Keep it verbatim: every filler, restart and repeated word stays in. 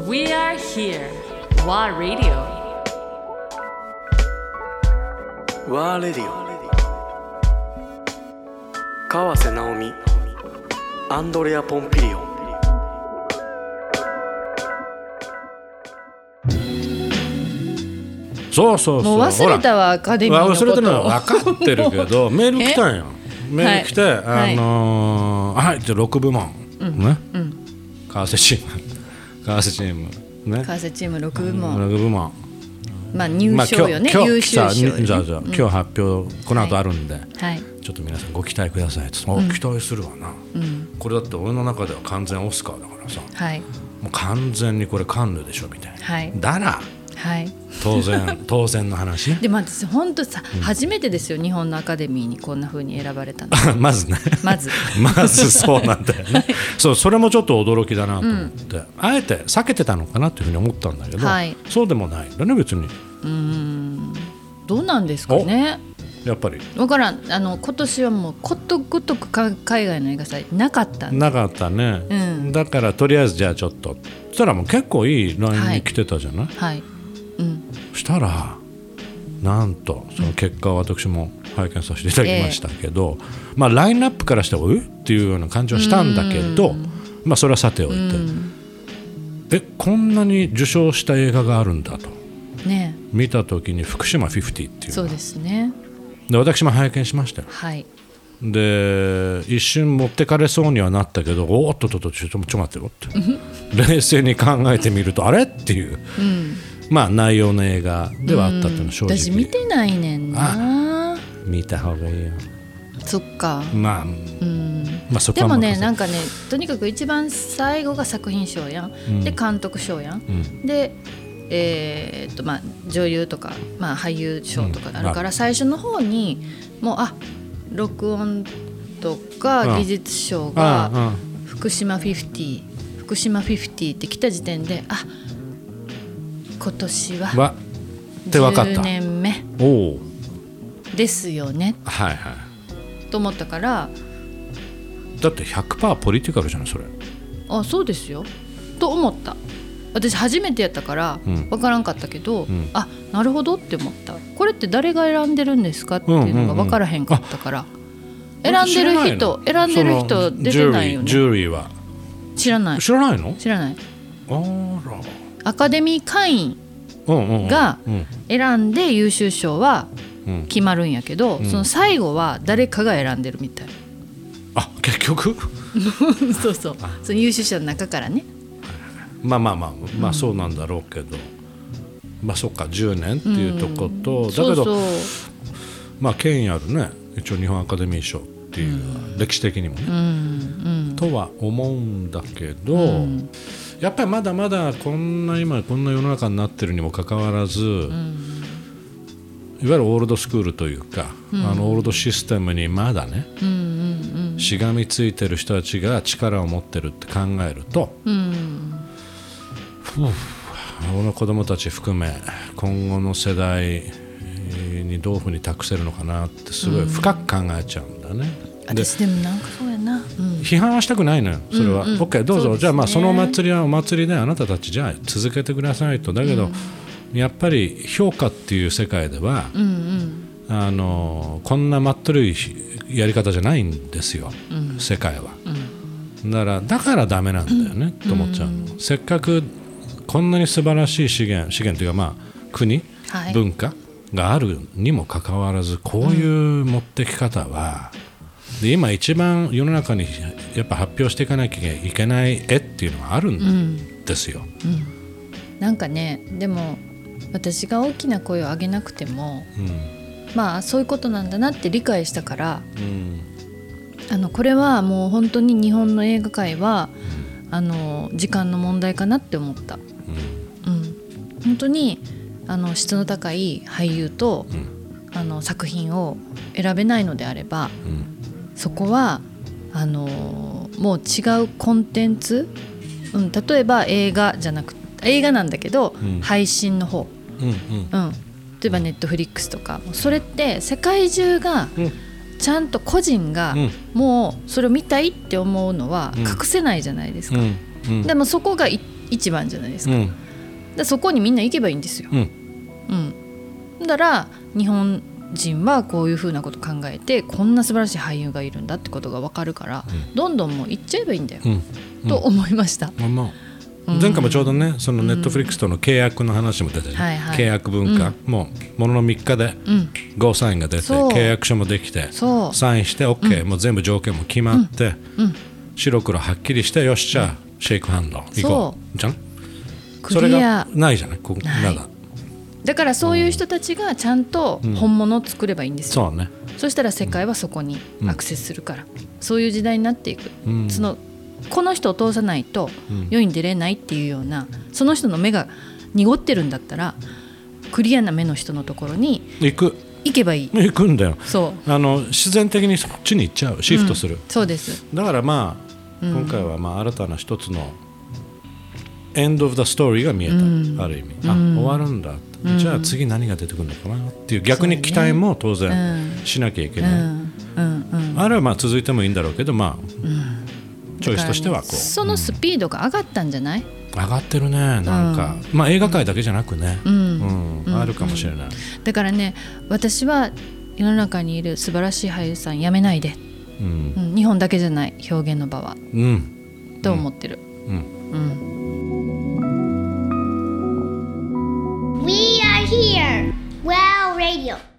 We are here. WA Radio. WA Radio。川瀬直美、アンドレア・ポンピリオン。 そうそうそう。 もう忘れたわ、アカデミーのこと。 忘れてるのは分かってるけどメール来たんよ。メール来て、はい、あのー、はいってろく部門、うんね、うん、川瀬チーム川瀬チームね、 川瀬チームろく部門、 ろく部門、 まあ入賞よね、 まあ、 優秀賞よね。 じゃあじゃあ、うん、今日発表この後あるんで、はい、ちょっと皆さんご期待くださいって、うん、期待するわな、うん、これだって俺の中では完全オスカーだからさ、はい、もう完全にこれカンヌでしょみたいな、はい、だらはい、当然当然の話でも私本当さ、うん、初めてですよ、日本のアカデミーにこんな風に選ばれたのまずねまずまずそうなんだよね、はい、そう、それもちょっと驚きだなと思って、うん、あえて避けてたのかなというふうに思ったんだけど、はい、そうでもないんだね別に。うーん、どうなんですかね。 やっぱり分からん、あの今年はもうことごとく海外の映画祭なかったなかったね、うん、だからとりあえずじゃあちょっとそしたらもう結構いいラインに来てたじゃない、はいはいうん、したらなんとその結果を私も拝見させていただきましたけど、えーまあ、ラインナップからしてはえっていうような感じはしたんだけど、まあ、それはさておいてえこんなに受賞した映画があるんだと、ね、見た時に福島ごじゅうっていうのがそうですね。 で私も拝見しましたよ、はい、で一瞬持ってかれそうにはなったけどおっとっとっとちょっとちょ待ってろって冷静に考えてみるとあれっていう、うんまあ、内容の映画ではあったっていうのは正直、 私見てないねんな。 見た方がいいよ。 そっか、 まあうんまあ、そこでもねなんかねとにかく一番最後が作品賞やん、うん、で監督賞やん、うん、でえーっとまあ、女優とか、まあ、俳優賞とかあるから、うん、最初の方にもうあ録音とか技術賞が福島ごじゅう福島ごじゅうって来た時点であ今年はじゅうねんめですよね、はいはい、と思ったから。 だって ひゃくパーセント ポリティカルじゃないそれ。 あそうですよと思った。私初めてやったから分からんかったけど、うん、あなるほどって思った。これって誰が選んでるんですかっていうのが分からへんかったから、うんうんうん、選んでる人選んでる人出てないよね。 ジュリーは知らない。 知らないの？ 知らない。 あらアカデミー会員が選んで優秀賞は決まるんやけど、うん、その最後は誰かが選んでるみたい。 あ結局そうそうその優秀賞の中からね。 まあまあまあまあそうなんだろうけど、うん、まあそっかじゅうねんっていうとこと、うん、だけどそうそうまあ権威あるね一応日本アカデミー賞っていう、うん、歴史的にもね、うんうん、とは思うんだけど、うん、やっぱりまだまだこんな今こんな世の中になってるにもかかわらず、うん、いわゆるオールドスクールというか、うん、あのオールドシステムにまだね、うんうんうん、しがみついてる人たちが力を持ってるって考えると、うん俺の子供たち含め今後の世代にどういうふうに託せるのかなってすごい深く考えちゃうんだね、 うん、で私でもなんかそうやな、うん、 批判はしたくないのよそれは、うんうん、OK どうぞ、ね、じゃあまあそのお祭りはお祭りであなたたちじゃあ続けてくださいと。だけど、うん、やっぱり評価っていう世界では、うんうん、あのこんなまっとるいやり方じゃないんですよ、うん、世界は、うん、だからだからダメなんだよね、うん、と思っちゃうの、うん、せっかくこんなに素晴らしい資源資源というかまあ国、はい、文化があるにもかかわらずこういう持ってき方は、うん、で今一番世の中にやっぱ発表していかなきゃいけない絵っていうのがあるんですよ、うんうん、 なんかねでも私が大きな声を上げなくても、うん、まあそういうことなんだなって理解したから、うん、あのこれはもう本当に日本の映画界は、うん、あの時間の問題かなって思った、うんうん、本当にあの質の高い俳優と、うん、あの作品を選べないのであれば、うん、そこはあのもう違うコンテンツ、うん、例えば映画じゃなく映画なんだけど、うん、配信の方、うんうんうん、例えばネットフリックスとかそれって世界中がちゃんと個人がもうそれを見たいって思うのは隠せないじゃないですか、うんうんうん、でもそこが一一番じゃないですか、 うん、 でそこにみんな行けばいいんですよ、 うんうん、だから日本人はこういうふうなこと考えてこんな素晴らしい俳優がいるんだってことが分かるから、うん、どんどんもう行っちゃえばいいんだよ、うんうん、と思いました、 まあ前回もちょうどねそのネットフリックスとの契約の話も出て、ね、はいはい、契約文化、うん、もうもののみっかでゴーサインが出て、うん、契約書もできてサインして OK、うん、もう全部条件も決まって、うんうん、白黒はっきりしてよしじゃあ、うん、シェイクハンド行こうじゃん。それがないじゃないここまだ。 だからそういう人たちがちゃんと本物を作ればいいんですよ、 うん、そうね、 そしたら世界はそこにアクセスするから、うん、そういう時代になっていく、うん、そのこの人を通さないと世に出れないっていうような、その人の目が濁ってるんだったらクリアな目の人のところに行く行けばいい。 行くんだよ。 そうあの自然的にそっちに行っちゃう、シフトする、うん、 そうです。 だからまあ、うん、今回はまあ新たな一つのエンドオブザストーリーが見えた、うん、ある意味、あ、うん、終わるんだ、うん、じゃあ次何が出てくるのかなっていう逆に期待も当然しなきゃいけない、うんうんうん、あれはまあ続いてもいいんだろうけど、まあ、うんチョイスとしてはこう、ね、 そのスピードが上がったんじゃない？ 上がってるね、なんか、うん、まあ映画界だけじゃなくね、うんうんうん、あるかもしれない、うん、 だからね、私は世の中にいる素晴らしい俳優さんやめないで、うんうん、日本だけじゃない表現の場は、うん、と思ってる、うんうんうん、We are here! Wow Radio